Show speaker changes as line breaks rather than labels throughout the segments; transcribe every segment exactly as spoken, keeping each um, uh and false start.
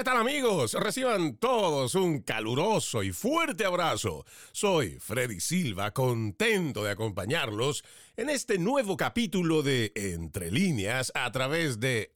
¿Qué tal, amigos? Reciban todos un caluroso y fuerte abrazo. Soy Freddy Silva, contento de acompañarlos en este nuevo capítulo de Entre Líneas a través de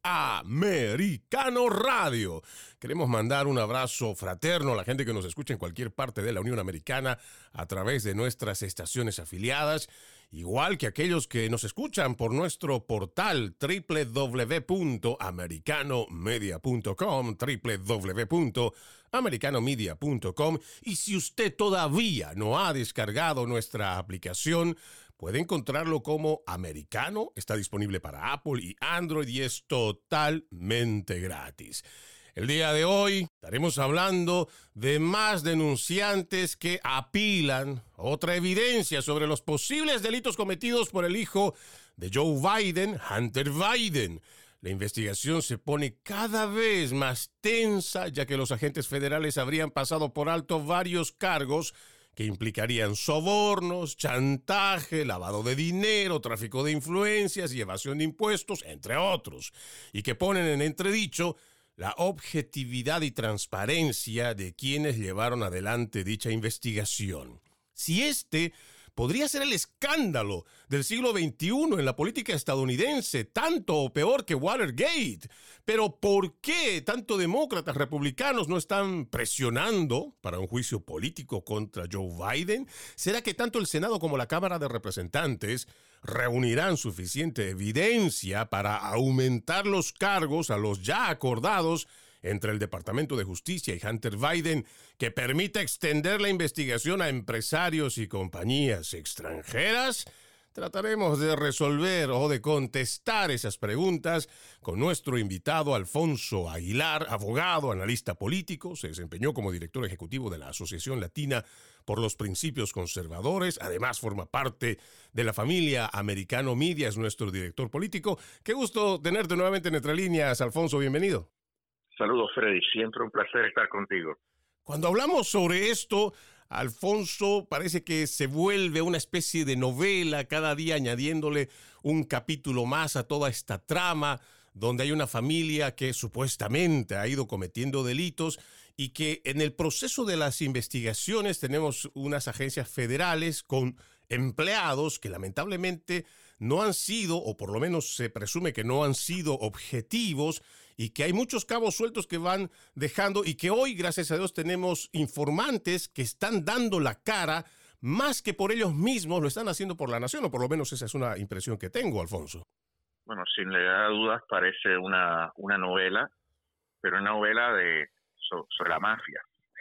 Americano Radio. Queremos mandar un abrazo fraterno a la gente que nos escucha en cualquier parte de la Unión Americana a través de nuestras estaciones afiliadas, igual que aquellos que nos escuchan por nuestro portal doble u doble u doble u punto americano media punto com, doble u doble u doble u punto americano media punto com. Y si usted todavía no ha descargado nuestra aplicación, puede encontrarlo como Americano. Está disponible para Apple y Android y es totalmente gratis. El día de hoy estaremos hablando de más denunciantes que apilan otra evidencia sobre los posibles delitos cometidos por el hijo de Joe Biden, Hunter Biden. La investigación se pone cada vez más tensa, ya que los agentes federales habrían pasado por alto varios cargos que implicarían sobornos, chantaje, lavado de dinero, tráfico de influencias y evasión de impuestos, entre otros, y que ponen en entredicho la objetividad y transparencia de quienes llevaron adelante dicha investigación. Si este podría ser el escándalo del siglo veintiuno en la política estadounidense, tanto o peor que Watergate. Pero ¿por qué tanto demócratas republicanos no están presionando para un juicio político contra Joe Biden? ¿Será que tanto el Senado como la Cámara de Representantes reunirán suficiente evidencia para aumentar los cargos a los ya acordados entre el Departamento de Justicia y Hunter Biden, que permita extender la investigación a empresarios y compañías extranjeras? Trataremos de resolver o de contestar esas preguntas con nuestro invitado Alfonso Aguilar, abogado, analista político. Se desempeñó como director ejecutivo de la Asociación Latina por los Principios Conservadores. Además, forma parte de la familia Americano Media, es nuestro director político. Qué gusto tenerte nuevamente en Entre Líneas, Alfonso. Bienvenido.
Saludos, Freddy. Siempre un placer estar contigo.
Cuando hablamos sobre esto, Alfonso, parece que se vuelve una especie de novela, cada día añadiéndole un capítulo más a toda esta trama, donde hay una familia que supuestamente ha ido cometiendo delitos y que en el proceso de las investigaciones tenemos unas agencias federales con empleados que lamentablemente no han sido, o por lo menos se presume que no han sido objetivos, y que hay muchos cabos sueltos que van dejando y que hoy, gracias a Dios, tenemos informantes que están dando la cara más que por ellos mismos, lo están haciendo por la nación, o por lo menos esa es una impresión que tengo, Alfonso.
Bueno, sin lugar a dudas parece una, una novela, pero una novela de so, sobre la mafia,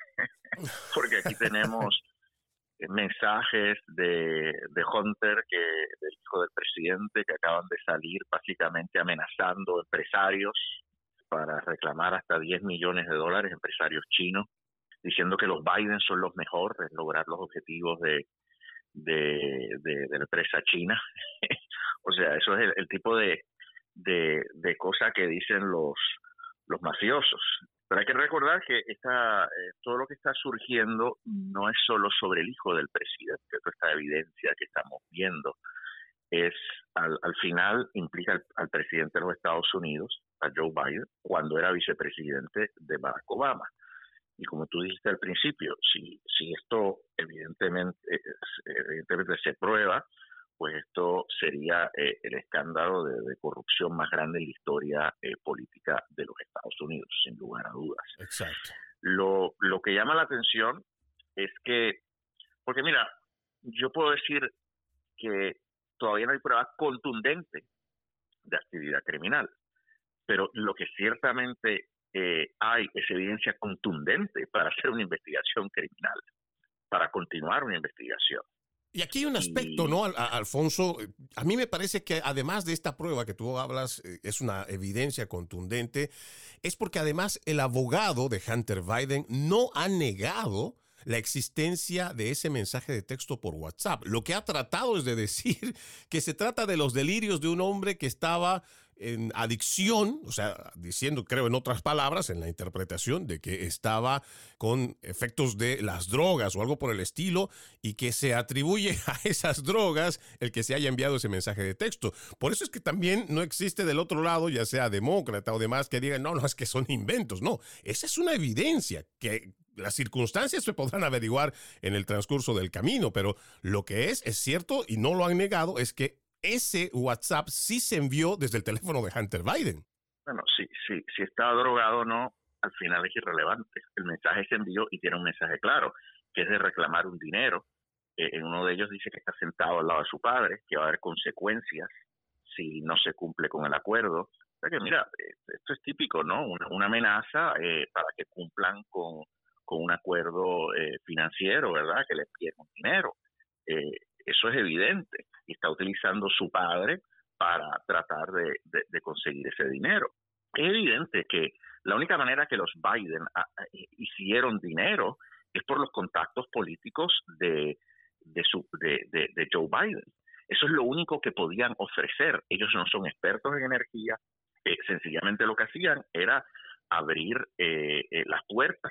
porque aquí tenemos mensajes de, de Hunter, que del hijo del presidente, que acaban de salir básicamente amenazando empresarios para reclamar hasta diez millones de dólares, empresarios chinos, diciendo que los Biden son los mejores en lograr los objetivos de, de, de, de la empresa china. O sea, eso es el, el tipo de, de, de cosa que dicen los, los mafiosos. Pero hay que recordar que esta, eh, todo lo que está surgiendo no es solo sobre el hijo del presidente, toda esta evidencia que estamos viendo es, al, al final, implica al, al presidente de los Estados Unidos, a Joe Biden, cuando era vicepresidente de Barack Obama. Y como tú dijiste al principio, si, si esto evidentemente, evidentemente se prueba, pues esto sería eh, el escándalo de, de corrupción más grande en la historia eh, política de los Estados Unidos, sin lugar a dudas.
Exacto.
Lo, lo que llama la atención es que, porque mira, yo puedo decir que todavía no hay prueba contundente de actividad criminal, pero lo que ciertamente eh, hay es evidencia contundente para hacer una investigación criminal, para continuar una investigación.
Y aquí hay un aspecto, ¿no, Alfonso? A mí me parece que además de esta prueba que tú hablas, es una evidencia contundente, es porque además el abogado de Hunter Biden no ha negado la existencia de ese mensaje de texto por WhatsApp. Lo que ha tratado es de decir que se trata de los delirios de un hombre que estaba en adicción, o sea, diciendo, creo en otras palabras, en la interpretación de que estaba con efectos de las drogas o algo por el estilo y que se atribuye a esas drogas el que se haya enviado ese mensaje de texto. Por eso es que también no existe del otro lado, ya sea demócrata o demás, que digan, no, no, es que son inventos. No, esa es una evidencia que las circunstancias se podrán averiguar en el transcurso del camino, pero lo que es, es cierto y no lo han negado, es que ese WhatsApp sí se envió desde el teléfono de Hunter Biden.
Bueno, sí, sí, si estaba drogado o no, al final es irrelevante. El mensaje se envió y tiene un mensaje claro, que es de reclamar un dinero. Eh, en uno de ellos dice que está sentado al lado de su padre, que va a haber consecuencias si no se cumple con el acuerdo. O sea que mira, esto es típico, ¿no? Una, una amenaza eh, para que cumplan con, con un acuerdo eh, financiero, ¿verdad? Que les piden un dinero. Eh, eso es evidente. Y está utilizando su padre para tratar de, de, de conseguir ese dinero. Es evidente que la única manera que los Biden a, a, hicieron dinero es por los contactos políticos de, de, su, de, de, de Joe Biden. Eso es lo único que podían ofrecer. Ellos no son expertos en energía. Eh, sencillamente lo que hacían era abrir eh, eh, las puertas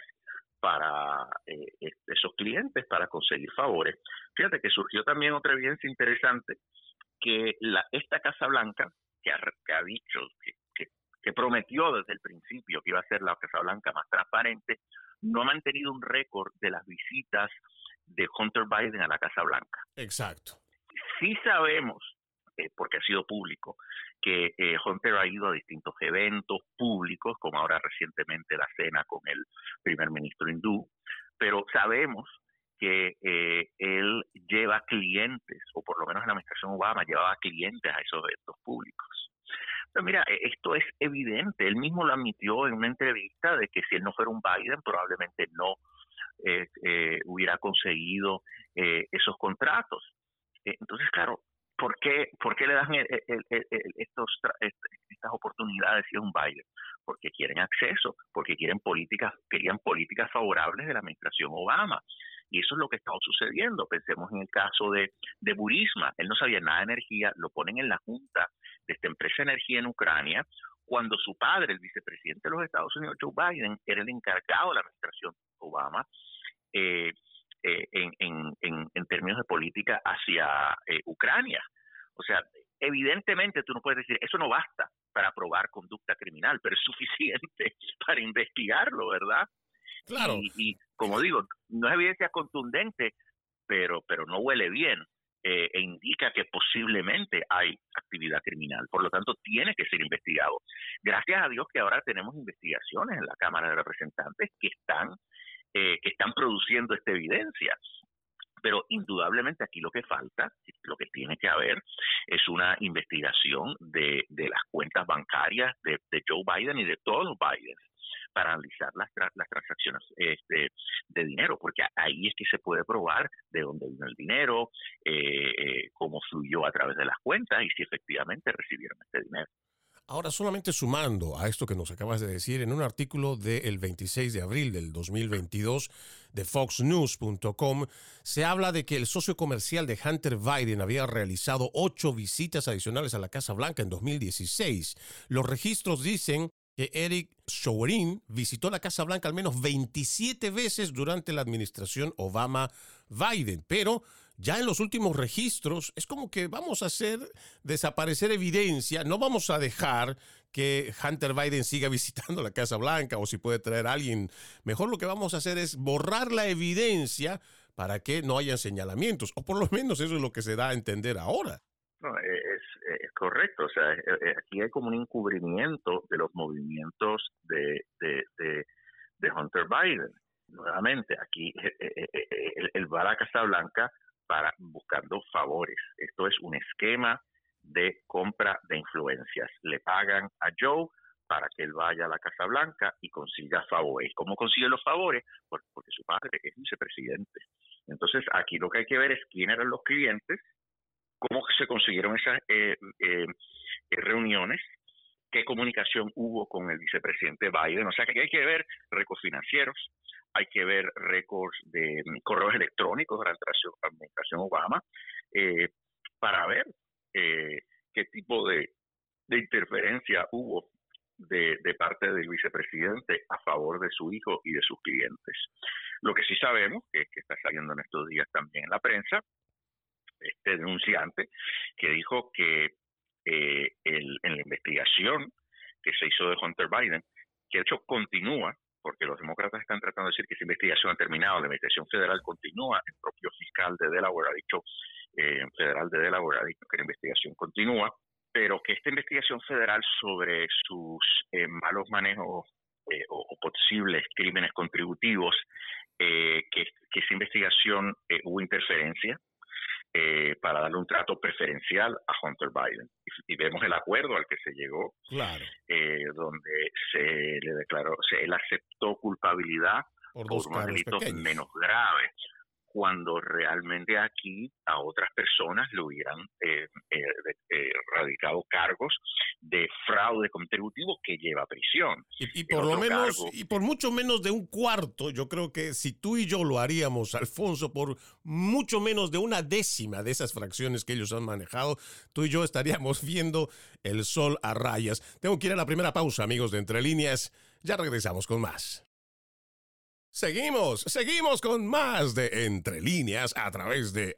para eh, esos clientes para conseguir favores. Fíjate que surgió también otra evidencia interesante, que la, esta Casa Blanca, que ha, que ha dicho, que, que, que prometió desde el principio que iba a ser la Casa Blanca más transparente, no ha mantenido un récord de las visitas de Hunter Biden a la Casa Blanca.
Exacto.
Sí sabemos, eh, porque ha sido público, que eh, Hunter ha ido a distintos eventos públicos, como ahora recientemente la cena con el primer ministro hindú, pero sabemos que eh, él lleva clientes, o por lo menos en la administración Obama llevaba clientes a esos eventos públicos. Pero mira, esto es evidente, él mismo lo admitió en una entrevista de que si él no fuera un Biden probablemente no eh, eh, hubiera conseguido eh, esos contratos. Eh, entonces, claro, ¿Por qué, ¿Por qué le dan el, el, el, el, estos, estas oportunidades si es un Biden? Porque quieren acceso, porque quieren políticas, querían políticas favorables de la administración Obama. Y eso es lo que está sucediendo. Pensemos en el caso de, de Burisma. Él no sabía nada de energía, lo ponen en la junta de esta empresa de energía en Ucrania, cuando su padre, el vicepresidente de los Estados Unidos, Joe Biden, era el encargado de la administración Obama. Eh, Eh, en, en, en, en términos de política hacia eh, Ucrania. O sea, evidentemente tú no puedes decir, eso no basta para probar conducta criminal, pero es suficiente para investigarlo, ¿verdad?
Claro.
Y, y como digo, no es evidencia contundente, pero, pero no huele bien eh, e indica que posiblemente hay actividad criminal. Por lo tanto, tiene que ser investigado. Gracias a Dios que ahora tenemos investigaciones en la Cámara de Representantes que están Eh, que están produciendo esta evidencia. Pero indudablemente aquí lo que falta, lo que tiene que haber, es una investigación de, de las cuentas bancarias de, de Joe Biden y de todos los Biden para analizar las, las transacciones este, de dinero, porque ahí es que se puede probar de dónde vino el dinero, eh, eh, cómo fluyó a través de las cuentas y si efectivamente recibieron este dinero.
Ahora, solamente sumando a esto que nos acabas de decir, en un artículo del veintiséis de abril del dos mil veintidós de fox news punto com, se habla de que el socio comercial de Hunter Biden había realizado ocho visitas adicionales a la Casa Blanca en dos mil dieciséis. Los registros dicen que Eric Schwerin visitó la Casa Blanca al menos veintisiete veces durante la administración Obama-Biden, pero ya en los últimos registros es como que vamos a hacer desaparecer evidencia, no vamos a dejar que Hunter Biden siga visitando la Casa Blanca o si puede traer a alguien. Mejor lo que vamos a hacer es borrar la evidencia para que no haya señalamientos, o por lo menos eso es lo que se da a entender ahora.
No, es, es correcto, o sea, aquí hay como un encubrimiento de los movimientos de, de, de, de Hunter Biden. Nuevamente, aquí él, él va a la Casa Blanca para buscando favores. Esto es un esquema de compra de influencias. Le pagan a Joe para que él vaya a la Casa Blanca y consiga favores. ¿Cómo consigue los favores? Porque, porque su padre es vicepresidente. Entonces, aquí lo que hay que ver es quién eran los clientes, cómo se consiguieron esas eh, eh, reuniones, qué comunicación hubo con el vicepresidente Biden. O sea, que aquí hay que ver récords financieros, hay que ver récords de correos electrónicos de la administración Obama, eh, para ver eh, qué tipo de, de interferencia hubo de, de parte del vicepresidente a favor de su hijo y de sus clientes. Lo que sí sabemos, que, que está saliendo en estos días también en la prensa, este denunciante que dijo que eh, el, en la investigación que se hizo de Hunter Biden, que de hecho continúa, porque los demócratas están tratando de decir que esa investigación ha terminado, la investigación federal continúa, el propio fiscal de Delaware ha dicho, eh, federal de Delaware ha dicho que la investigación continúa, pero que esta investigación federal sobre sus eh, malos manejos eh, o, o posibles crímenes contributivos, eh, que, que esa investigación eh, hubo interferencia eh, para darle un trato preferencial a Hunter Biden. Y, y vemos el acuerdo al que se llegó,
claro.
eh, donde se le declaró, se, él aceptó culpabilidad
por,
por unos delitos pequeños. menos graves, cuando realmente aquí a otras personas le hubieran eh, eh, eh, radicado cargos de fraude contributivo que lleva a prisión.
Y, y por lo menos, cargo, y por mucho menos de un cuarto, yo creo que si tú y yo lo haríamos, Alfonso, por mucho menos de una décima de esas fracciones que ellos han manejado, tú y yo estaríamos viendo el sol a rayas. Tengo que ir a la primera pausa, amigos de Entre Líneas. Ya regresamos con más. Seguimos, seguimos con más de Entre Líneas a través de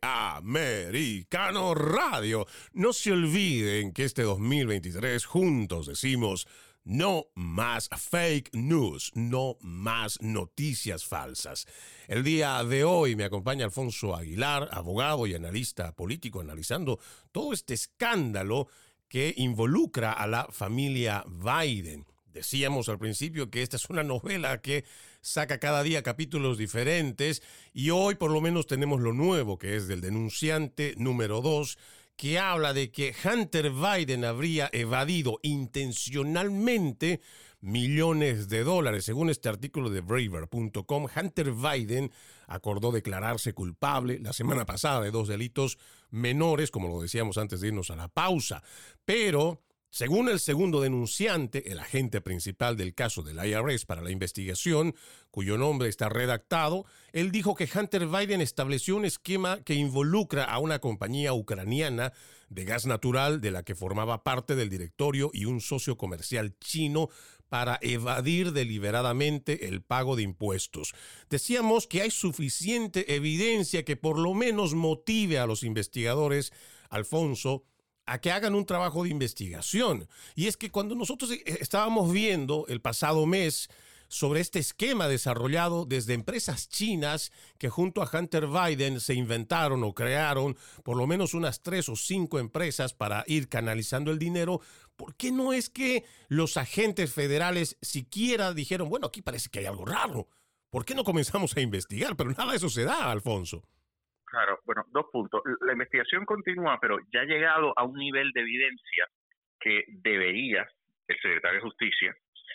Americano Radio. No se olviden que este dos mil veintitrés juntos decimos no más fake news, no más noticias falsas. El día de hoy me acompaña Alfonso Aguilar, abogado y analista político, analizando todo este escándalo que involucra a la familia Biden. Decíamos al principio que esta es una novela que saca cada día capítulos diferentes y hoy por lo menos tenemos lo nuevo, que es del denunciante número dos, que habla de que Hunter Biden habría evadido intencionalmente millones de dólares. Según este artículo de Braver punto com, Hunter Biden acordó declararse culpable la semana pasada de dos delitos menores, como lo decíamos antes de irnos a la pausa, pero según el segundo denunciante, el agente principal del caso del I R S para la investigación, cuyo nombre está redactado, él dijo que Hunter Biden estableció un esquema que involucra a una compañía ucraniana de gas natural de la que formaba parte del directorio y un socio comercial chino para evadir deliberadamente el pago de impuestos. Decíamos que hay suficiente evidencia que por lo menos motive a los investigadores, Alfonso, a que hagan un trabajo de investigación. Y es que cuando nosotros estábamos viendo el pasado mes sobre este esquema desarrollado desde empresas chinas que junto a Hunter Biden se inventaron o crearon por lo menos unas tres o cinco empresas para ir canalizando el dinero, ¿por qué no es que los agentes federales siquiera dijeron, bueno, aquí parece que hay algo raro? ¿Por qué no comenzamos a investigar? Pero nada de eso se da, Alfonso.
Claro, bueno, dos puntos. La investigación continúa, pero ya ha llegado a un nivel de evidencia que debería el secretario de Justicia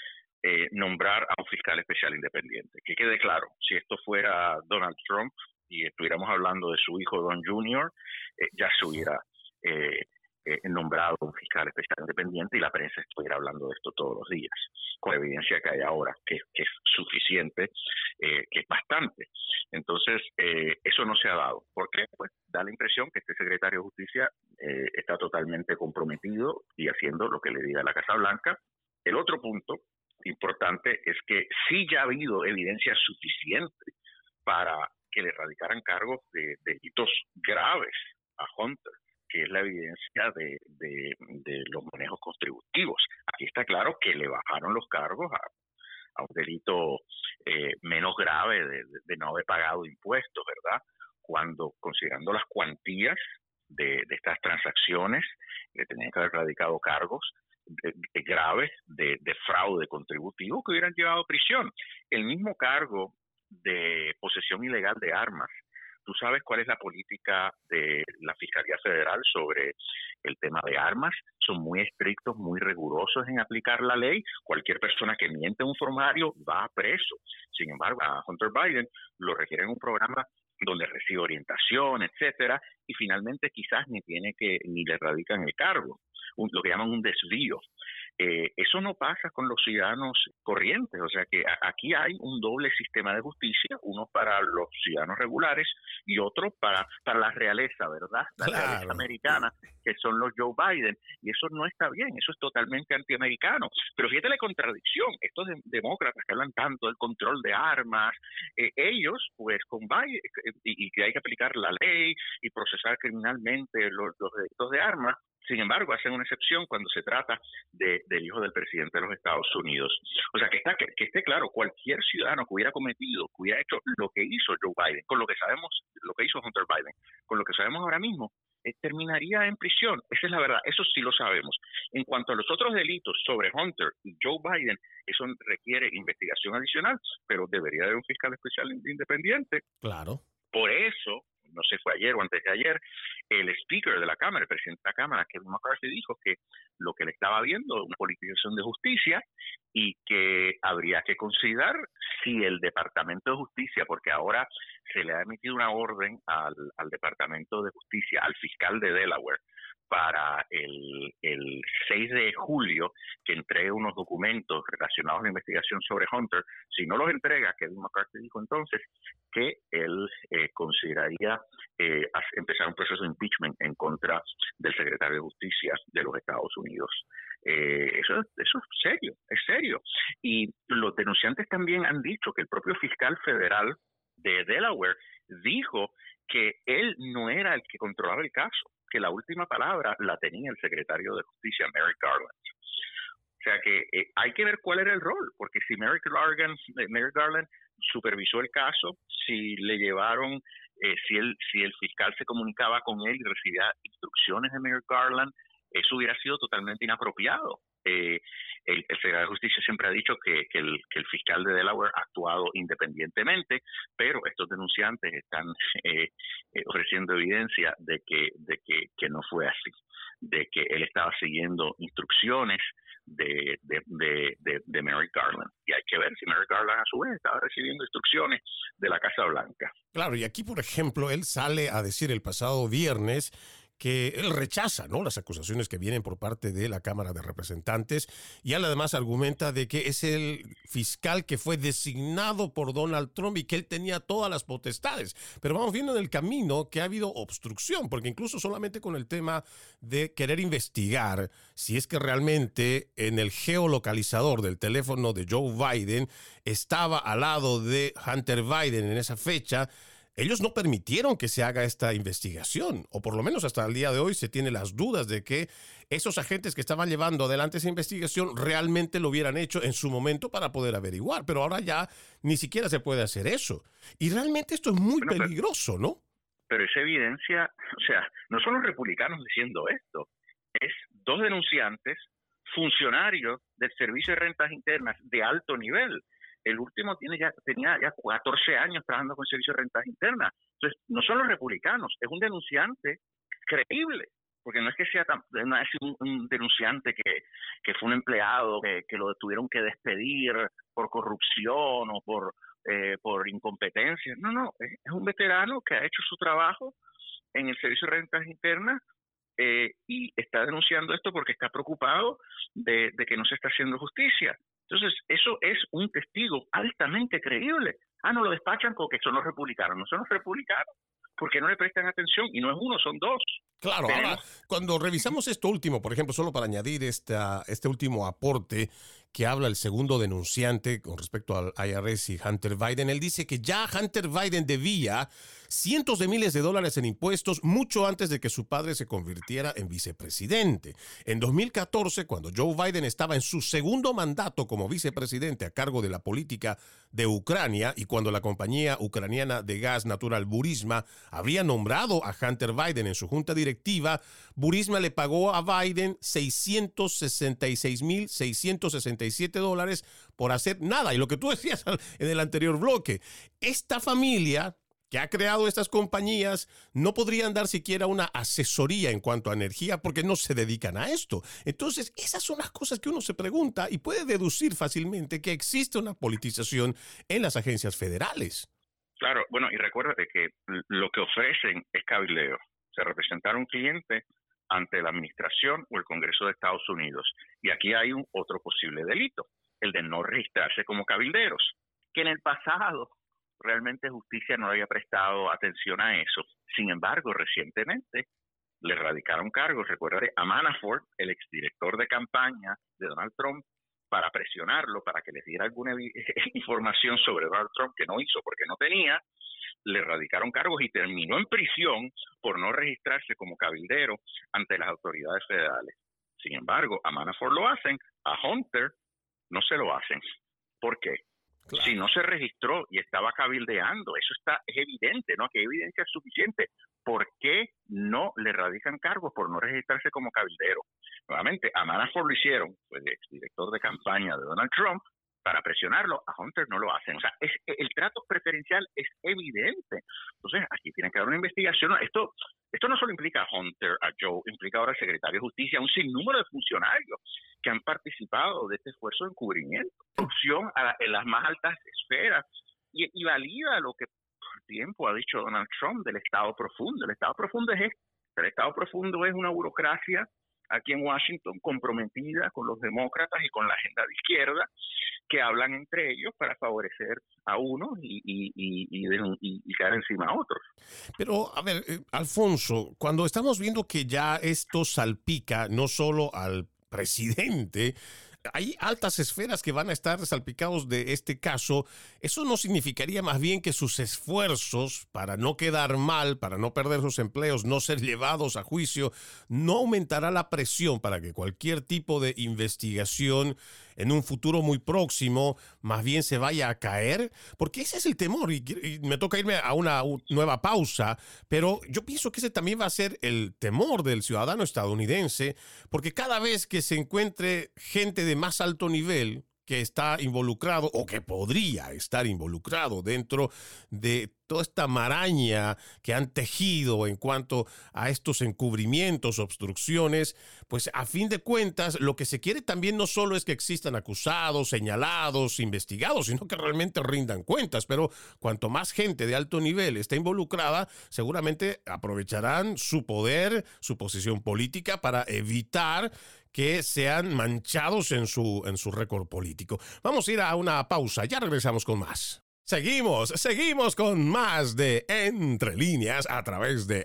eh, nombrar a un fiscal especial independiente. Que quede claro, si esto fuera Donald Trump y estuviéramos hablando de su hijo Don Junior, eh, ya se hubiera eh, eh, nombrado un fiscal especial independiente y la prensa estuviera hablando de esto todos los días, con la evidencia que hay ahora, que, que es suficiente, eh, que es bastante. Entonces, eh, eso no se ha dado. ¿Por qué? Pues da la impresión que este secretario de Justicia eh, está totalmente comprometido y haciendo lo que le diga la Casa Blanca. El otro punto importante es que sí ya ha habido evidencia suficiente para que le radicaran cargos de, de delitos graves a Hunter, que es la evidencia de, de, de los manejos contributivos. Aquí está claro que le bajaron los cargos a, a un delito eh, menos grave de, de, de no haber pagado impuestos, ¿verdad? Cuando, considerando las cuantías de, de estas transacciones, le tenían que haber radicado cargos de, de graves de, de fraude contributivo que hubieran llevado a prisión. El mismo cargo de posesión ilegal de armas. ¿Tú sabes cuál es la política de la Fiscalía Federal sobre el tema de armas? Son muy estrictos, muy rigurosos en aplicar la ley. Cualquier persona que miente en un formario va a preso. Sin embargo, a Hunter Biden lo requieren un programa donde recibe orientación, etcétera, y finalmente quizás ni tiene que ni le radican el cargo, un, lo que llaman un desvío. Eh, eso no pasa con los ciudadanos corrientes, o sea que a, aquí hay un doble sistema de justicia, uno para los ciudadanos regulares y otro para, para la realeza, ¿verdad? La
Claro.
realeza americana, que son los Joe Biden, y eso no está bien, eso es totalmente antiamericano. Pero fíjate la contradicción, estos de, demócratas que hablan tanto del control de armas, eh, ellos, pues con Biden, y, y que hay que aplicar la ley y procesar criminalmente los, los delitos de armas, sin embargo, hacen una excepción cuando se trata de, del hijo del presidente de los Estados Unidos. O sea, que, está, que, que esté claro, cualquier ciudadano que hubiera cometido, que hubiera hecho lo que hizo Joe Biden, con lo que sabemos, lo que hizo Hunter Biden, con lo que sabemos ahora mismo, eh, terminaría en prisión. Esa es la verdad, eso sí lo sabemos. En cuanto a los otros delitos sobre Hunter y Joe Biden, eso requiere investigación adicional, pero debería haber un fiscal especial independiente.
Claro.
Por eso, no sé, fue ayer o antes de ayer, el speaker de la Cámara, el presidente de la Cámara, Kevin McCarthy, dijo que lo que le estaba viendo una politización de justicia y que habría que considerar si el Departamento de Justicia, porque ahora se le ha emitido una orden al, al Departamento de Justicia, al fiscal de Delaware, para el, el seis de julio que entregue unos documentos relacionados a la investigación sobre Hunter. Si no los entrega, Kevin McCarthy dijo entonces que él eh, consideraría eh, empezar un proceso de impeachment en contra del secretario de Justicia de los Estados Unidos. Eh, eso, eso es serio, es serio. Y los denunciantes también han dicho que el propio fiscal federal de Delaware dijo que él no era el que controlaba el caso, que la última palabra la tenía el secretario de Justicia, Merrick Garland. O sea que eh, hay que ver cuál era el rol, porque si Merrick Garland, eh, Merrick Garland supervisó el caso, si le llevaron, eh, si, el, si el fiscal se comunicaba con él y recibía instrucciones de Merrick Garland, eso hubiera sido totalmente inapropiado. Eh, el, el secretario de Justicia siempre ha dicho que, que, el, que el fiscal de Delaware ha actuado independientemente, pero estos denunciantes están eh, eh, ofreciendo evidencia de que, de que, que no fue así, de que él estaba siguiendo instrucciones de, de, de, de, de Merrick Garland. Y hay que ver si Merrick Garland a su vez estaba recibiendo instrucciones de la Casa Blanca.
Claro, y aquí, por ejemplo, él sale a decir el pasado viernes que él rechaza, ¿no?, las acusaciones que vienen por parte de la Cámara de Representantes, y él además argumenta de que es el fiscal que fue designado por Donald Trump y que él tenía todas las potestades. Pero vamos viendo en el camino que ha habido obstrucción, porque incluso solamente con el tema de querer investigar si es que realmente en el geolocalizador del teléfono de Joe Biden estaba al lado de Hunter Biden en esa fecha, ellos no permitieron que se haga esta investigación, o por lo menos hasta el día de hoy se tiene las dudas de que esos agentes que estaban llevando adelante esa investigación realmente lo hubieran hecho en su momento para poder averiguar, pero ahora ya ni siquiera se puede hacer eso. Y realmente esto es muy bueno, peligroso, ¿no?
Pero esa evidencia, o sea, no son los republicanos diciendo esto, es dos denunciantes, funcionarios del Servicio de Rentas Internas de alto nivel. El último tiene ya tenía ya catorce años trabajando con el Servicio de Rentas Internas. Entonces, no son los republicanos, es un denunciante creíble, porque no es que sea tan, no es un, un denunciante que, que fue un empleado que, que lo tuvieron que despedir por corrupción o por, eh, por incompetencia. No, no, es, es un veterano que ha hecho su trabajo en el Servicio de Rentas Internas eh, y está denunciando esto porque está preocupado de, de que no se está haciendo justicia. Entonces, eso es un testigo altamente creíble. Ah, no lo despachan porque son los republicanos. No son los republicanos porque no le prestan atención, y no es uno, son dos.
Claro,
Pero,
ahora, cuando revisamos esto último, por ejemplo, solo para añadir esta, este último aporte que habla el segundo denunciante con respecto al I R S y Hunter Biden, él dice que ya Hunter Biden debía cientos de miles de dólares en impuestos mucho antes de que su padre se convirtiera en vicepresidente. En dos mil catorce, cuando Joe Biden estaba en su segundo mandato como vicepresidente a cargo de la política de Ucrania, y cuando la compañía ucraniana de gas natural Burisma habría nombrado a Hunter Biden en su junta directiva, Burisma le pagó a Biden seiscientos sesenta y seis mil seiscientos sesenta y siete dólares por hacer nada. Y lo que tú decías en el anterior bloque, esta familia que ha creado estas compañías no podrían dar siquiera una asesoría en cuanto a energía porque no se dedican a esto. Entonces, esas son las cosas que uno se pregunta y puede deducir fácilmente que existe una politización en las agencias federales.
Claro, bueno, y recuérdate que lo que ofrecen es cabildeo. O sea, representar a un cliente ante la administración o el Congreso de Estados Unidos. Y aquí hay un otro posible delito, el de no registrarse como cabilderos, que en el pasado realmente justicia no había prestado atención a eso. Sin embargo, recientemente le radicaron cargos, recuérdate, a Manafort, el exdirector de campaña de Donald Trump, para presionarlo, para que les diera alguna información sobre Donald Trump que no hizo porque no tenía. Le radicaron cargos y terminó en prisión por no registrarse como cabildero ante las autoridades federales. Sin embargo, a Manafort lo hacen, a Hunter no se lo hacen. ¿Por qué? Claro. Si no se registró y estaba cabildeando, eso está es evidente, ¿no? Que evidencia es suficiente. ¿Por qué no le radican cargos por no registrarse como cabildero? Nuevamente, a Manafort lo hicieron, pues el exdirector de campaña de Donald Trump, para presionarlo. A Hunter no lo hacen. O sea, es, el trato preferencial es evidente. Entonces, aquí tiene que haber una investigación. Esto esto no solo implica a Hunter, a Joe, implica ahora al secretario de Justicia, un sinnúmero de funcionarios que han participado de este esfuerzo de encubrimiento, corrupción a la, en las más altas esferas, y, y valida lo que por tiempo ha dicho Donald Trump del Estado profundo. El Estado profundo es esto. El Estado profundo es una burocracia aquí en Washington comprometida con los demócratas y con la agenda de izquierda, que hablan entre ellos para favorecer a unos y, y, y, y, y, y caer encima a otros.
Pero, a ver, eh, Alfonso, cuando estamos viendo que ya esto salpica no solo al presidente, hay altas esferas que van a estar salpicados de este caso, ¿eso no significaría más bien que sus esfuerzos para no quedar mal, para no perder sus empleos, no ser llevados a juicio, no aumentará la presión para que cualquier tipo de investigación en un futuro muy próximo más bien se vaya a caer? Porque ese es el temor, y, y me toca irme a una nueva pausa, pero yo pienso que ese también va a ser el temor del ciudadano estadounidense, porque cada vez que se encuentre gente de más alto nivel que está involucrado o que podría estar involucrado dentro de toda esta maraña que han tejido en cuanto a estos encubrimientos, obstrucciones, pues a fin de cuentas lo que se quiere también no solo es que existan acusados, señalados, investigados, sino que realmente rindan cuentas. Pero cuanto más gente de alto nivel está involucrada, seguramente aprovecharán su poder, su posición política para evitar que sean manchados en su, en su récord político. Vamos a ir a una pausa, ya regresamos con más. Seguimos, seguimos con más de Entre Líneas a través de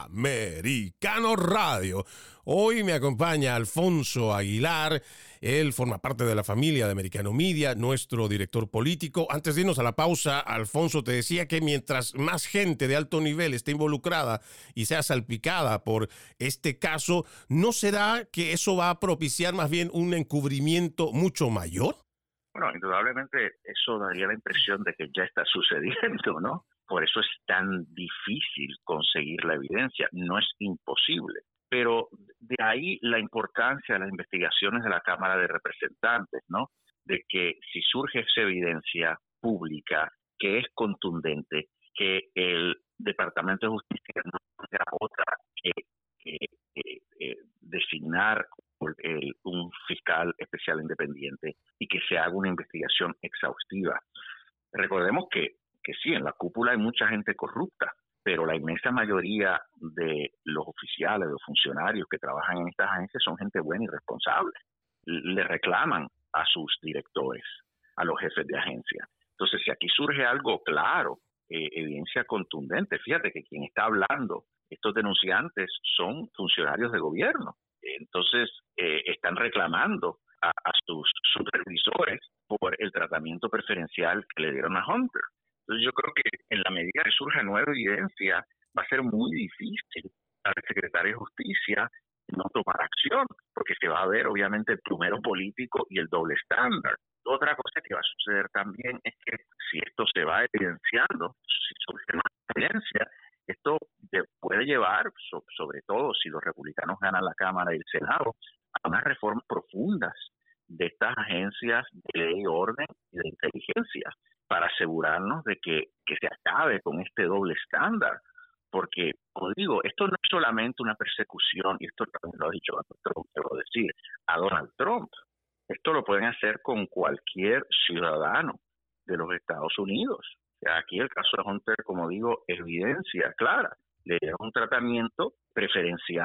Americano Radio. Hoy me acompaña Alfonso Aguilar. Él forma parte de la familia de Americano Media, nuestro director político. Antes de irnos a la pausa, Alfonso, te decía que mientras más gente de alto nivel esté involucrada y sea salpicada por este caso, ¿no será que eso va a propiciar más bien un encubrimiento mucho mayor?
Bueno, indudablemente eso daría la impresión de que ya está sucediendo, ¿no? Por eso es tan difícil conseguir la evidencia. No es imposible. Pero de ahí la importancia de las investigaciones de la Cámara de Representantes, ¿no? De que si surge esa evidencia pública que es contundente, que el Departamento de Justicia no tenga otra que, que, que eh, designar el, un fiscal especial independiente y que se haga una investigación exhaustiva. Recordemos que, que sí, en la cúpula hay mucha gente corrupta, pero la inmensa mayoría de los oficiales, los funcionarios que trabajan en estas agencias son gente buena y responsable. Le reclaman a sus directores, a los jefes de agencia. Entonces, si aquí surge algo claro, eh, evidencia contundente, fíjate que quien está hablando, estos denunciantes son funcionarios de gobierno. Entonces, eh, están reclamando a, a sus supervisores por el tratamiento preferencial que le dieron a Hunter. Entonces, yo creo que en la medida que surja nueva evidencia, va a ser muy difícil para el secretario de Justicia no tomar acción, porque se va a ver, obviamente, el plumero político y el doble estándar. Otra cosa que va a suceder también es que si esto se va evidenciando, si surge más evidencia, esto puede llevar, sobre todo si los republicanos ganan la Cámara y el Senado, a unas reformas profundas de estas agencias de ley, orden y de inteligencia para asegurarnos de que, que se acabe con este doble estándar. Porque, como digo, esto no es solamente una persecución, y esto también lo ha dicho Donald Trump, debo decir, a Donald Trump. Esto lo pueden hacer con cualquier ciudadano de los Estados Unidos. O sea, aquí el caso de Hunter, como digo, evidencia clara. Le dieron un tratamiento preferencial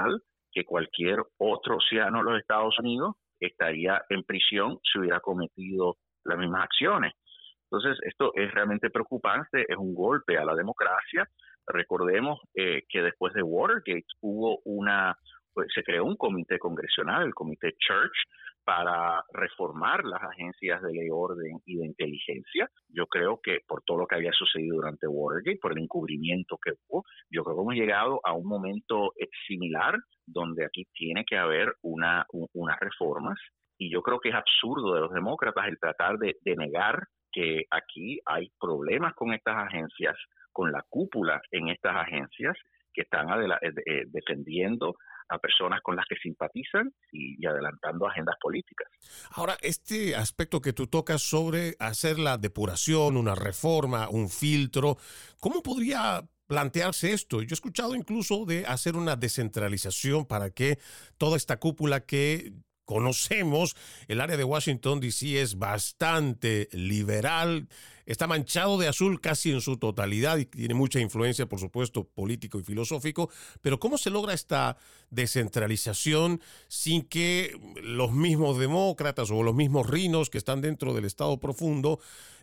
que cualquier otro ciudadano de los Estados Unidos estaría en prisión si hubiera cometido las mismas acciones. Entonces, esto es realmente preocupante, es un golpe a la democracia. Recordemos eh, que después de Watergate hubo una, pues, se creó un comité congresional, el comité Church, para reformar las agencias de ley, orden y de inteligencia. Yo creo que por todo lo que había sucedido durante Watergate, por el encubrimiento que hubo, yo creo que hemos llegado a un momento similar donde aquí tiene que haber una, un, unas reformas. Y yo creo que es absurdo de los demócratas el tratar de, de negar que aquí hay problemas con estas agencias, con la cúpula en estas agencias que están adela- eh, defendiendo a personas con las que simpatizan y, y adelantando agendas políticas.
Ahora, este aspecto que tú tocas sobre hacer la depuración, una reforma, un filtro, ¿cómo podría plantearse esto? Yo he escuchado incluso de hacer una descentralización para que toda esta cúpula que conocemos, el área de Washington D C es bastante liberal, está manchado de azul casi en su totalidad y tiene mucha influencia, por supuesto, político y filosófico, pero ¿cómo se logra esta descentralización sin que los mismos demócratas o los mismos rinos que están dentro del Estado profundo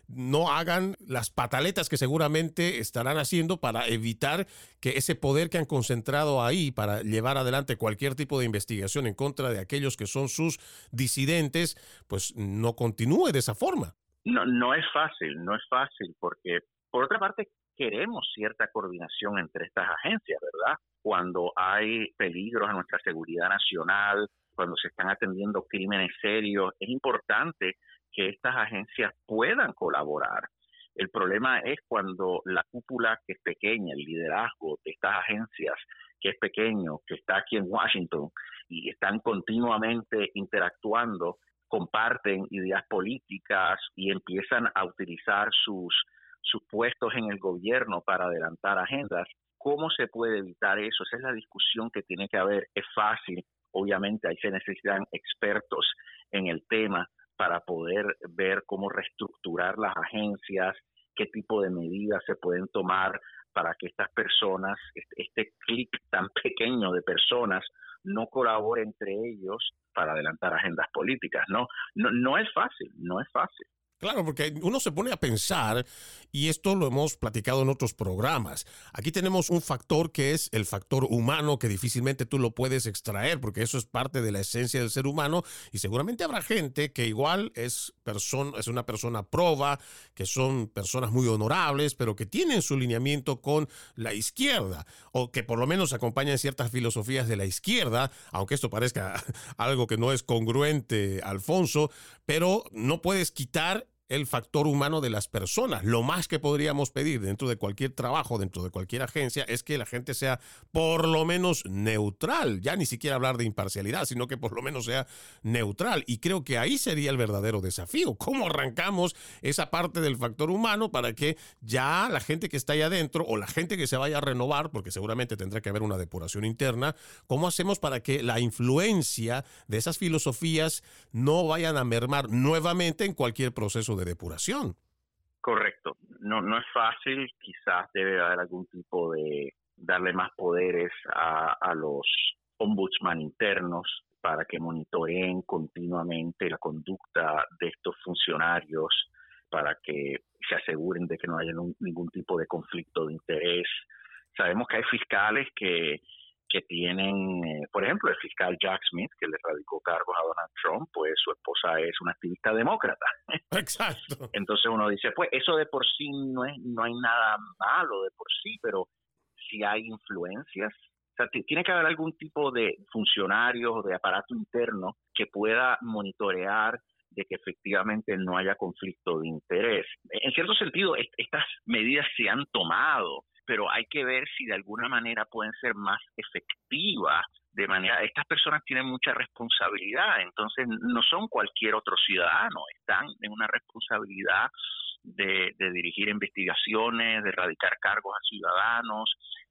no hagan las pataletas que seguramente estarán haciendo para evitar que ese poder que han concentrado ahí para llevar adelante cualquier tipo de investigación en contra de aquellos que son sus disidentes, pues no continúe de esa forma?
No, no es fácil, no es fácil, porque por otra parte queremos cierta coordinación entre estas agencias, ¿verdad? Cuando hay peligros a nuestra seguridad nacional, cuando se están atendiendo crímenes serios, es importante que estas agencias puedan colaborar. El problema es cuando la cúpula, que es pequeña, el liderazgo de estas agencias, que es pequeño, que está aquí en Washington y están continuamente interactuando, comparten ideas políticas y empiezan a utilizar sus, sus puestos en el gobierno para adelantar agendas. ¿Cómo se puede evitar eso? Esa es la discusión que tiene que haber. Es fácil, obviamente, ahí se necesitan expertos en el tema para poder ver cómo reestructurar las agencias, qué tipo de medidas se pueden tomar para que estas personas, este, este clic tan pequeño de personas, no colabore entre ellos para adelantar agendas políticas. No, no, no es fácil, no es fácil.
Claro, porque uno se pone a pensar, y esto lo hemos platicado en otros programas, aquí tenemos un factor que es el factor humano que difícilmente tú lo puedes extraer, porque eso es parte de la esencia del ser humano, y seguramente habrá gente que igual es, persona, es una persona proba, que son personas muy honorables, pero que tienen su lineamiento con la izquierda, o que por lo menos acompañan ciertas filosofías de la izquierda, aunque esto parezca algo que no es congruente, Alfonso, pero no puedes quitar el factor humano de las personas. Lo más que podríamos pedir dentro de cualquier trabajo, dentro de cualquier agencia, es que la gente sea por lo menos neutral. Ya ni siquiera hablar de imparcialidad, sino que por lo menos sea neutral. Y creo que ahí sería el verdadero desafío. ¿Cómo arrancamos esa parte del factor humano para que ya la gente que está ahí adentro o la gente que se vaya a renovar, porque seguramente tendrá que haber una depuración interna, cómo hacemos para que la influencia de esas filosofías no vayan a mermar nuevamente en cualquier proceso de depuración?
Correcto. No, no es fácil. Quizás debe haber algún tipo de darle más poderes a, a los ombudsman internos para que monitoreen continuamente la conducta de estos funcionarios, para que se aseguren de que no haya un, ningún tipo de conflicto de interés. Sabemos que hay fiscales que que tienen, eh, por ejemplo, el fiscal Jack Smith, que le radicó cargos a Donald Trump, pues su esposa es una activista demócrata.
Exacto.
Entonces uno dice, pues eso de por sí no es, no hay nada malo de por sí, pero si hay influencias, o sea, t- tiene que haber algún tipo de funcionario o de aparato interno que pueda monitorear de que efectivamente no haya conflicto de interés. En cierto sentido, est- estas medidas se han tomado, pero hay que ver si de alguna manera pueden ser más efectivas. De manera, estas personas tienen mucha responsabilidad, entonces no son cualquier otro ciudadano, están en una responsabilidad de, de dirigir investigaciones, de radicar cargos a ciudadanos.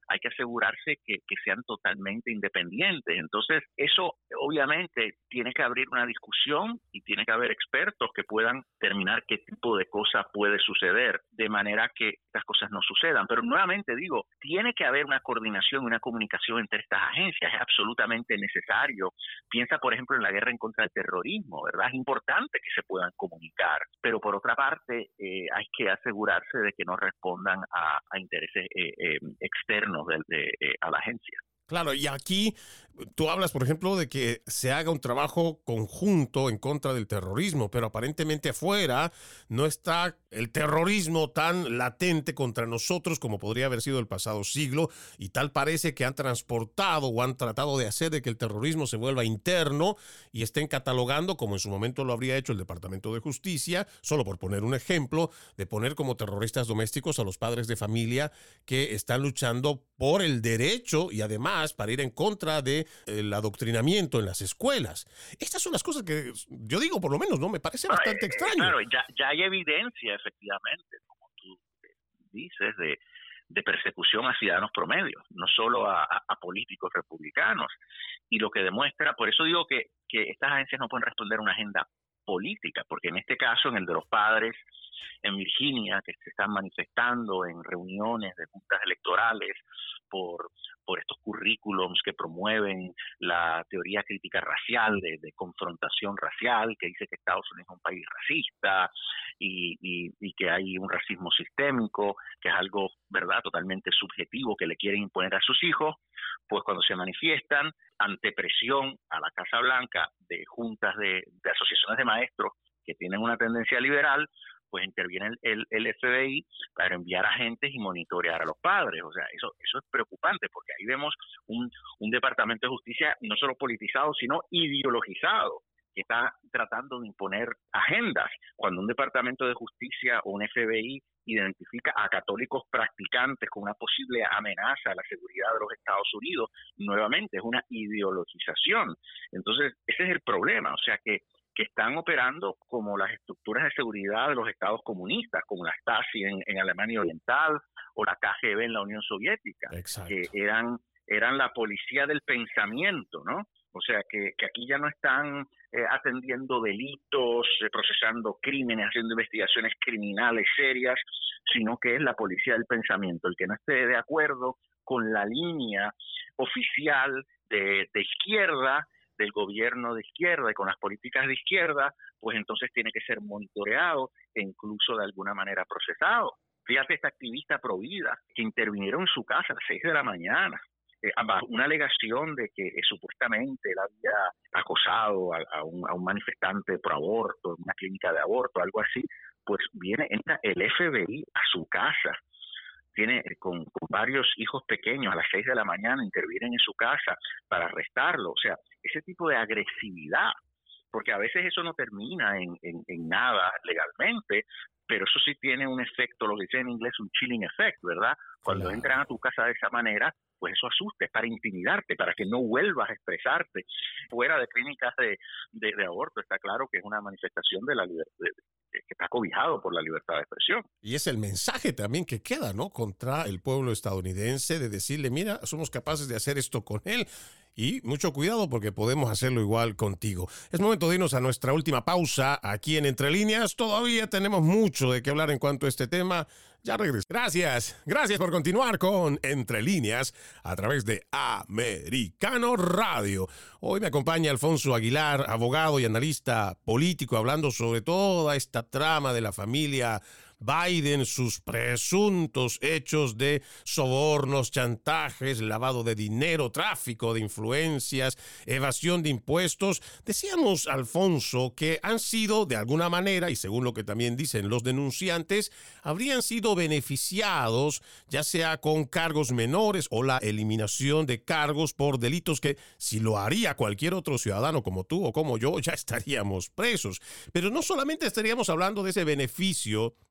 hay que asegurarse que, que sean totalmente independientes. Entonces, eso obviamente tiene que abrir una discusión y tiene que haber expertos que puedan determinar qué tipo de cosas puede suceder, de manera que estas cosas no sucedan. Pero nuevamente digo, tiene que haber una coordinación, una comunicación entre estas agencias, es absolutamente necesario. Piensa, por ejemplo, en la guerra en contra del terrorismo, ¿verdad? Es importante que se puedan comunicar, pero por otra parte eh, hay que asegurarse de que no respondan a, a intereses eh, eh, externos de, de, eh, a la agencia.
Claro, y aquí tú hablas, por ejemplo, de que se haga un trabajo conjunto en contra del terrorismo, pero aparentemente afuera no está el terrorismo tan latente contra nosotros como podría haber sido el pasado siglo, y tal parece que han transportado o han tratado de hacer de que el terrorismo se vuelva interno y estén catalogando, como en su momento lo habría hecho el Departamento de Justicia, solo por poner un ejemplo, de poner como terroristas domésticos a los padres de familia que están luchando por el derecho y además para ir en contra del de adoctrinamiento en las escuelas. Estas son las cosas que yo digo, por lo menos, ¿no? Me parece bastante
eh,
extraño.
Claro, ya, ya hay evidencia, efectivamente, como tú dices, de, de persecución a ciudadanos promedios, no solo a, a, a políticos republicanos. Y lo que demuestra, por eso digo que, que estas agencias no pueden responder a una agenda política, porque en este caso, en el de los padres en Virginia, que se están manifestando en reuniones de juntas electorales por, por estos currículums que promueven la teoría crítica racial, de, de confrontación racial, que dice que Estados Unidos es un país racista y, y, y que hay un racismo sistémico, que es algo, ¿verdad?, totalmente subjetivo que le quieren imponer a sus hijos. Pues cuando se manifiestan ante presión a la Casa Blanca de juntas de, de asociaciones de maestros que tienen una tendencia liberal, pues interviene el, el, el F B I para enviar agentes y monitorear a los padres. O sea, eso eso es preocupante, porque ahí vemos un, un Departamento de Justicia no solo politizado, sino ideologizado, que está tratando de imponer agendas. Cuando un Departamento de Justicia o un F B I identifica a católicos practicantes con una posible amenaza a la seguridad de los Estados Unidos, nuevamente es una ideologización. Entonces, ese es el problema, o sea que que están operando como las estructuras de seguridad de los estados comunistas, como la Stasi en, en Alemania Oriental o la K G B en la Unión Soviética,
Exacto.
que eran, eran la policía del pensamiento, ¿no? O sea, que, que aquí ya no están eh, atendiendo delitos, eh, procesando crímenes, haciendo investigaciones criminales serias, sino que es la policía del pensamiento. El que no esté de acuerdo con la línea oficial de, de izquierda, del gobierno de izquierda y con las políticas de izquierda, pues entonces tiene que ser monitoreado e incluso de alguna manera procesado. Fíjate, esta activista pro vida que intervinieron en su casa a las seis de la mañana, eh, una alegación de que eh, supuestamente él había acosado a, a, un, a un manifestante pro aborto en una clínica de aborto, algo así, pues viene, entra el F B I a su casa, tiene con, con varios hijos pequeños a las seis de la mañana, intervienen en su casa para arrestarlo. O sea, ese tipo de agresividad, porque a veces eso no termina en, en, en nada legalmente, pero eso sí tiene un efecto, lo que dice en inglés, un chilling effect, ¿verdad? Cuando claro. entran a tu casa de esa manera, pues eso asusta, es para intimidarte, para que no vuelvas a expresarte fuera de clínicas de, de, de aborto. Está claro que es una manifestación de la libertad, que está cobijado por la libertad de expresión.
Y es el mensaje también que queda, ¿no?, contra el pueblo estadounidense, de decirle, mira, somos capaces de hacer esto con él y mucho cuidado porque podemos hacerlo igual contigo. Es momento de irnos a nuestra última pausa aquí en Entre Líneas. Todavía tenemos mucho de qué hablar en cuanto a este tema. Ya regreso. Gracias, gracias por continuar con Entre Líneas a través de Americano Radio. Hoy me acompaña Alfonso Aguilar, abogado y analista político, hablando sobre toda esta trama de la familia Biden, sus presuntos hechos de sobornos, chantajes, lavado de dinero, tráfico de influencias, evasión de impuestos. Decíamos, Alfonso, que han sido de alguna manera, y según lo que también dicen los denunciantes, habrían sido beneficiados, ya sea con cargos menores o la eliminación de cargos por delitos que, si lo haría cualquier otro ciudadano como tú o como yo, ya estaríamos presos. Pero no solamente estaríamos hablando de ese beneficio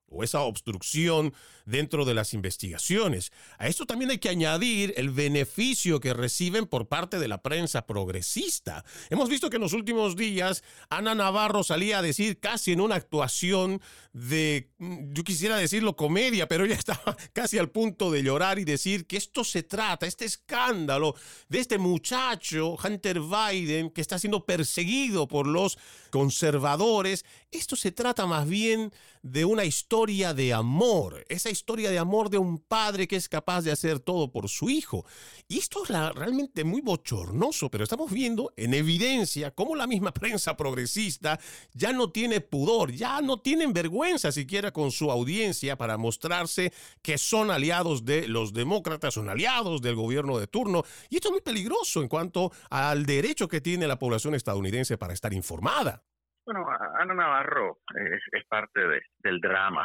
o esa obstrucción dentro de las investigaciones. A esto también hay que añadir el beneficio que reciben por parte de la prensa progresista. Hemos visto que en los últimos días Ana Navarro salía a decir casi en una actuación de, yo quisiera decirlo comedia, pero ella estaba casi al punto de llorar y decir que esto se trata, este escándalo de este muchacho, Hunter Biden, que está siendo perseguido por los conservadores, esto se trata más bien de una historia de amor, esa historia de amor de un padre que es capaz de hacer todo por su hijo. Y esto es la, realmente muy bochornoso, pero estamos viendo en evidencia cómo la misma prensa progresista ya no tiene pudor, ya no tienen vergüenza siquiera con su audiencia para mostrarse que son aliados de los demócratas, son aliados del gobierno de turno. Y esto es muy peligroso en cuanto al derecho que tiene la población estadounidense para estar informada.
Bueno, Ana Navarro es, es parte de, del drama,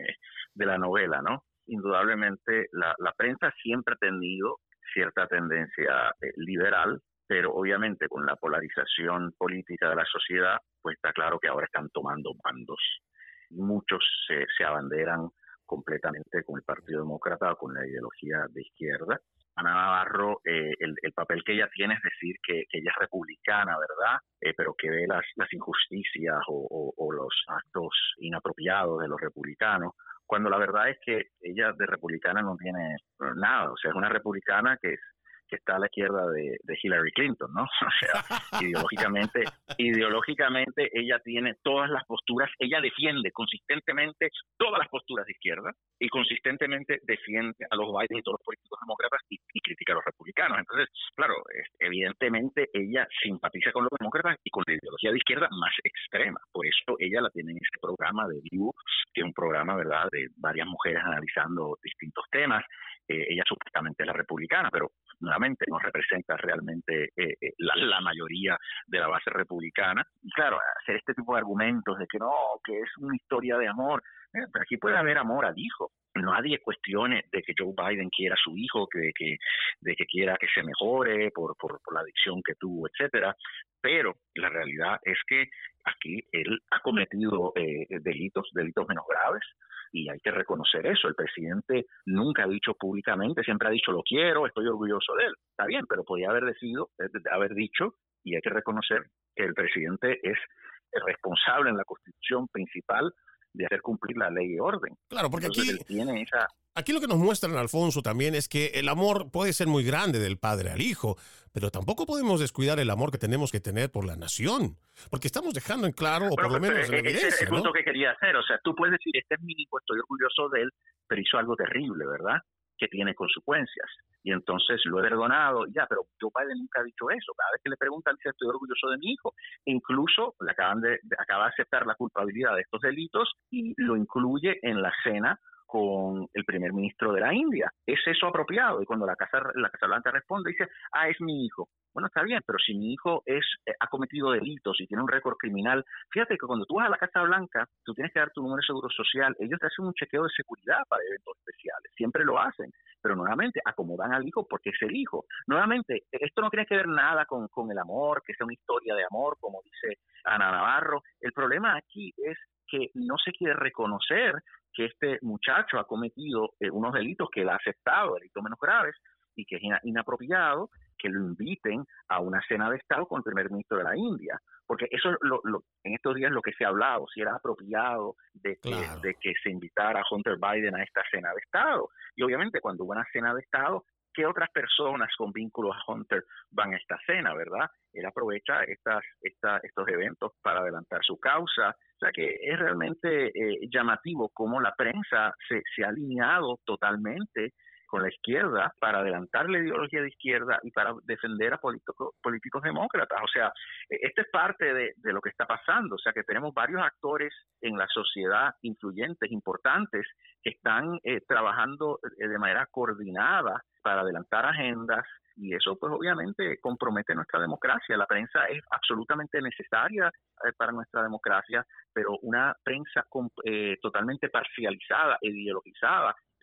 de la novela, ¿no? Indudablemente la, la prensa siempre ha tenido cierta tendencia eh, liberal, pero obviamente con la polarización política de la sociedad, pues está claro que ahora están tomando bandos. Muchos se, se abanderan completamente con el Partido Demócrata o con la ideología de izquierda. Ana Navarro, eh, el, el papel que ella tiene es decir que, que ella es republicana, ¿verdad? Eh, pero que ve las, las injusticias o, o, o los actos inapropiados de los republicanos, cuando la verdad es que ella de republicana no tiene nada. O sea, es una republicana que es que está a la izquierda de, de Hillary Clinton, ¿no? O sea, ideológicamente, ideológicamente ella tiene todas las posturas, ella defiende consistentemente todas las posturas de izquierda y consistentemente defiende a los Biden y todos los políticos demócratas y, y critica a los republicanos. Entonces, claro, evidentemente ella simpatiza con los demócratas y con la ideología de izquierda más extrema. Por eso ella la tiene en este programa de View, que es un programa, ¿verdad?, de varias mujeres analizando distintos temas. Eh, ella supuestamente es la republicana, pero nuevamente no representa realmente eh, eh, la, la mayoría de la base republicana. Y claro, hacer este tipo de argumentos de que no, que es una historia de amor, eh, pero aquí puede haber amor al hijo. Nadie cuestione de que Joe Biden quiera a su hijo, que, que, de que quiera que se mejore por, por, por la adicción que tuvo, etcétera. Pero la realidad es que aquí él ha cometido eh, delitos, delitos menos graves, y hay que reconocer eso. El presidente nunca ha dicho públicamente, siempre ha dicho lo quiero, estoy orgulloso de él. Está bien, pero podía haber decidido, haber dicho, y hay que reconocer que el presidente es el responsable en la Constitución principal de hacer cumplir la ley y orden.
Claro, porque
Entonces,
aquí,
él tiene esa...
aquí lo que nos muestran, Alfonso, también es que el amor puede ser muy grande del padre al hijo, pero tampoco podemos descuidar el amor que tenemos que tener por la nación, porque estamos dejando en claro, o
bueno,
por lo menos en la evidencia,
ese es el punto
¿no?
que quería hacer. O sea, tú puedes decir, este es mi hijo, estoy orgulloso de él, pero hizo algo terrible, ¿verdad?, que tiene consecuencias. Y entonces lo he perdonado, ya, pero Joe Biden nunca ha dicho eso. Cada vez que le preguntan, dice, estoy orgulloso de mi hijo. E incluso le acaban de, de, acaba de aceptar la culpabilidad de estos delitos y lo incluye en la cena con el primer ministro de la India. ¿Es eso apropiado? Y cuando la Casa, la Casa Blanca responde, dice, ah, es mi hijo. Bueno, está bien, pero si mi hijo es eh, ha cometido delitos y tiene un récord criminal, fíjate que cuando tú vas a la Casa Blanca, tú tienes que dar tu número de seguro social, ellos te hacen un chequeo de seguridad para eventos especiales, siempre lo hacen, pero nuevamente acomodan al hijo porque es el hijo. Nuevamente, esto no tiene que ver nada con, con el amor, que sea una historia de amor, como dice Ana Navarro. El problema aquí es que no se quiere reconocer que este muchacho ha cometido eh, unos delitos que él ha aceptado, delitos menos graves, y que es ina- inapropiado que lo inviten a una cena de Estado con el primer ministro de la India, porque eso lo, lo, en estos días lo que se ha hablado, si era apropiado de que,
Claro.
de que se invitara a Hunter Biden a esta cena de Estado. Y obviamente cuando hubo una cena de Estado, ¿qué otras personas con vínculos a Hunter van a esta cena, verdad? Él aprovecha estas, esta, estos eventos para adelantar su causa. O sea que es realmente eh, llamativo cómo la prensa se, se ha alineado totalmente con la izquierda para adelantar la ideología de izquierda y para defender a políticos, políticos demócratas. O sea, esta es parte de, de lo que está pasando. O sea, que tenemos varios actores en la sociedad influyentes, importantes, que están eh, trabajando de manera coordinada para adelantar agendas, y eso pues obviamente compromete nuestra democracia. La prensa es absolutamente necesaria eh, para nuestra democracia, pero una prensa con, eh, totalmente parcializada e ideologizada,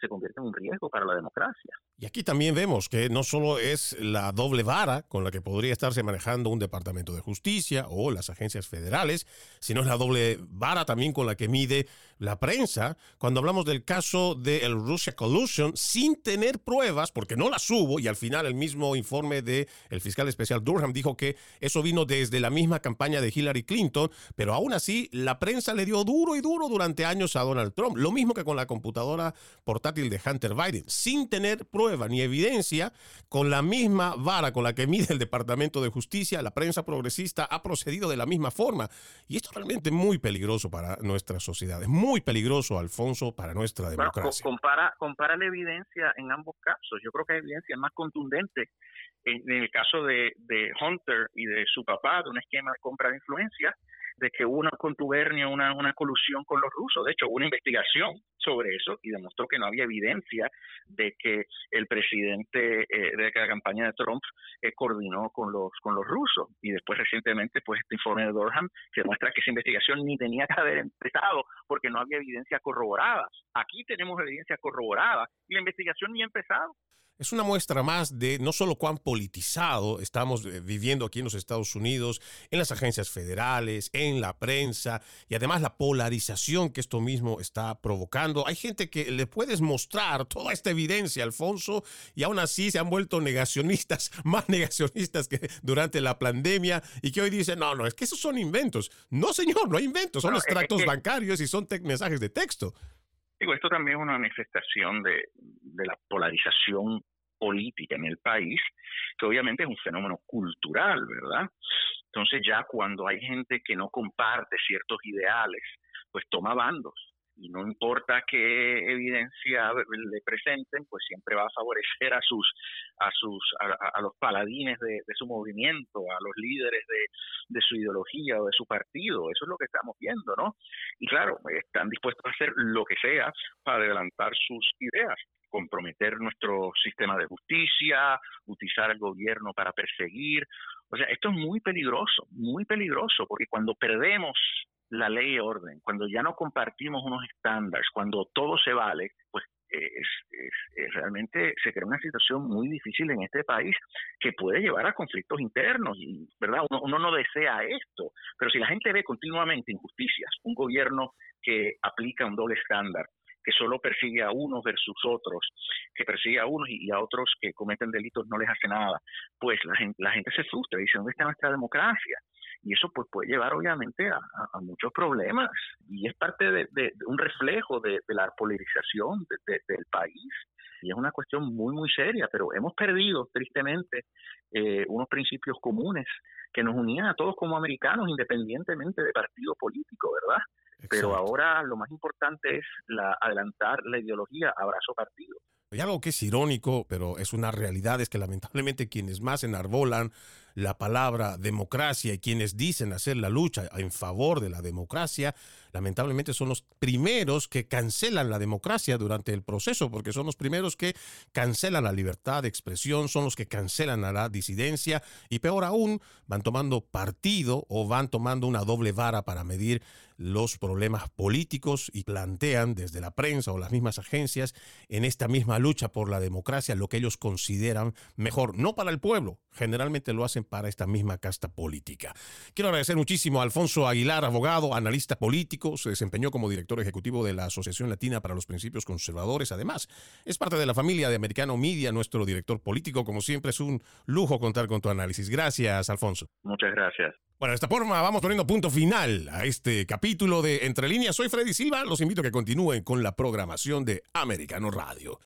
se convierte en un riesgo para la democracia.
Y aquí también vemos que no solo es la doble vara con la que podría estarse manejando un departamento de justicia o las agencias federales, sino es la doble vara también con la que mide la prensa cuando hablamos del caso del Russia Collusion sin tener pruebas, porque no las hubo, y al final el mismo informe del fiscal especial Durham dijo que eso vino desde la misma campaña de Hillary Clinton, pero aún así la prensa le dio duro y duro durante años a Donald Trump. Lo mismo que con la computadora portátil de Hunter Biden, sin tener prueba ni evidencia, con la misma vara con la que mide el Departamento de Justicia, la prensa progresista ha procedido de la misma forma. Y esto es realmente muy peligroso para nuestra sociedad. Es muy peligroso, Alfonso, para nuestra democracia.
Bueno, compara, compara la evidencia en ambos casos. Yo creo que hay evidencia más contundente en, en el caso de, de Hunter y de su papá, de un esquema de compra de influencia, de que hubo una contubernio, una, una colusión con los rusos. De hecho, hubo una investigación sobre eso y demostró que no había evidencia de que el presidente eh, de la campaña de Trump eh, coordinó con los con los rusos. Y después, recientemente, pues este informe de Durham que demuestra que esa investigación ni tenía que haber empezado porque no había evidencia corroborada. Aquí tenemos evidencia corroborada y la investigación ni ha empezado.
Es una muestra más de no solo cuán politizado estamos viviendo aquí en los Estados Unidos, en las agencias federales, en la prensa y además la polarización que esto mismo está provocando. Hay gente que le puedes mostrar toda esta evidencia, Alfonso, y aún así se han vuelto negacionistas, más negacionistas que durante la pandemia y que hoy dicen, no, no, es que esos son inventos. No, señor, no hay inventos, son no, extractos es que... bancarios y son te- mensajes de texto.
Digo, esto también es una manifestación de, de la polarización política en el país, que obviamente es un fenómeno cultural, ¿verdad? Entonces ya cuando hay gente que no comparte ciertos ideales, pues toma bandos. Y no importa qué evidencia le presenten, pues siempre va a favorecer a sus a sus a, a los paladines de, de su movimiento, a los líderes de, de su ideología o de su partido. Eso es lo que estamos viendo, ¿no? Y claro, están dispuestos a hacer lo que sea para adelantar sus ideas, comprometer nuestro sistema de justicia, utilizar el gobierno para perseguir. O sea, esto es muy peligroso, muy peligroso, porque cuando perdemos la ley y orden, cuando ya no compartimos unos estándares, cuando todo se vale, pues es, es, es realmente se crea una situación muy difícil en este país que puede llevar a conflictos internos y, ¿verdad? Uno, uno no desea esto, pero si la gente ve continuamente injusticias, un gobierno que aplica un doble estándar, que solo persigue a unos versus otros, que persigue a unos y a otros que cometen delitos no les hace nada, pues la gente, la gente se frustra y dice, ¿dónde está nuestra democracia? Y eso pues puede llevar obviamente a, a, a muchos problemas y es parte de, de, de un reflejo de, de la polarización de, de, del país y es una cuestión muy muy seria, pero hemos perdido tristemente eh, unos principios comunes que nos unían a todos como americanos independientemente de partido político, ¿verdad? Exacto. Pero ahora lo más importante es la, adelantar la ideología abrazo partido.
Hay algo que es irónico, pero es una realidad, es que lamentablemente quienes más enarbolan la palabra democracia y quienes dicen hacer la lucha en favor de la democracia, lamentablemente son los primeros que cancelan la democracia durante el proceso, porque son los primeros que cancelan la libertad de expresión, son los que cancelan a la disidencia y peor aún, van tomando partido o van tomando una doble vara para medir los problemas políticos y plantean desde la prensa o las mismas agencias en esta misma lucha por la democracia lo que ellos consideran mejor, no para el pueblo, generalmente lo hacen para esta misma casta política. Quiero agradecer muchísimo a Alfonso Aguilar, abogado, analista político, se desempeñó como director ejecutivo de la Asociación Latina para los Principios Conservadores, además es parte de la familia de Americano Media, nuestro director político, como siempre es un lujo contar con tu análisis. Gracias, Alfonso.
Muchas gracias.
Bueno, de esta forma vamos poniendo punto final a este capítulo de Entre Líneas. Soy Freddy Silva, los invito a que continúen con la programación de Americano Radio.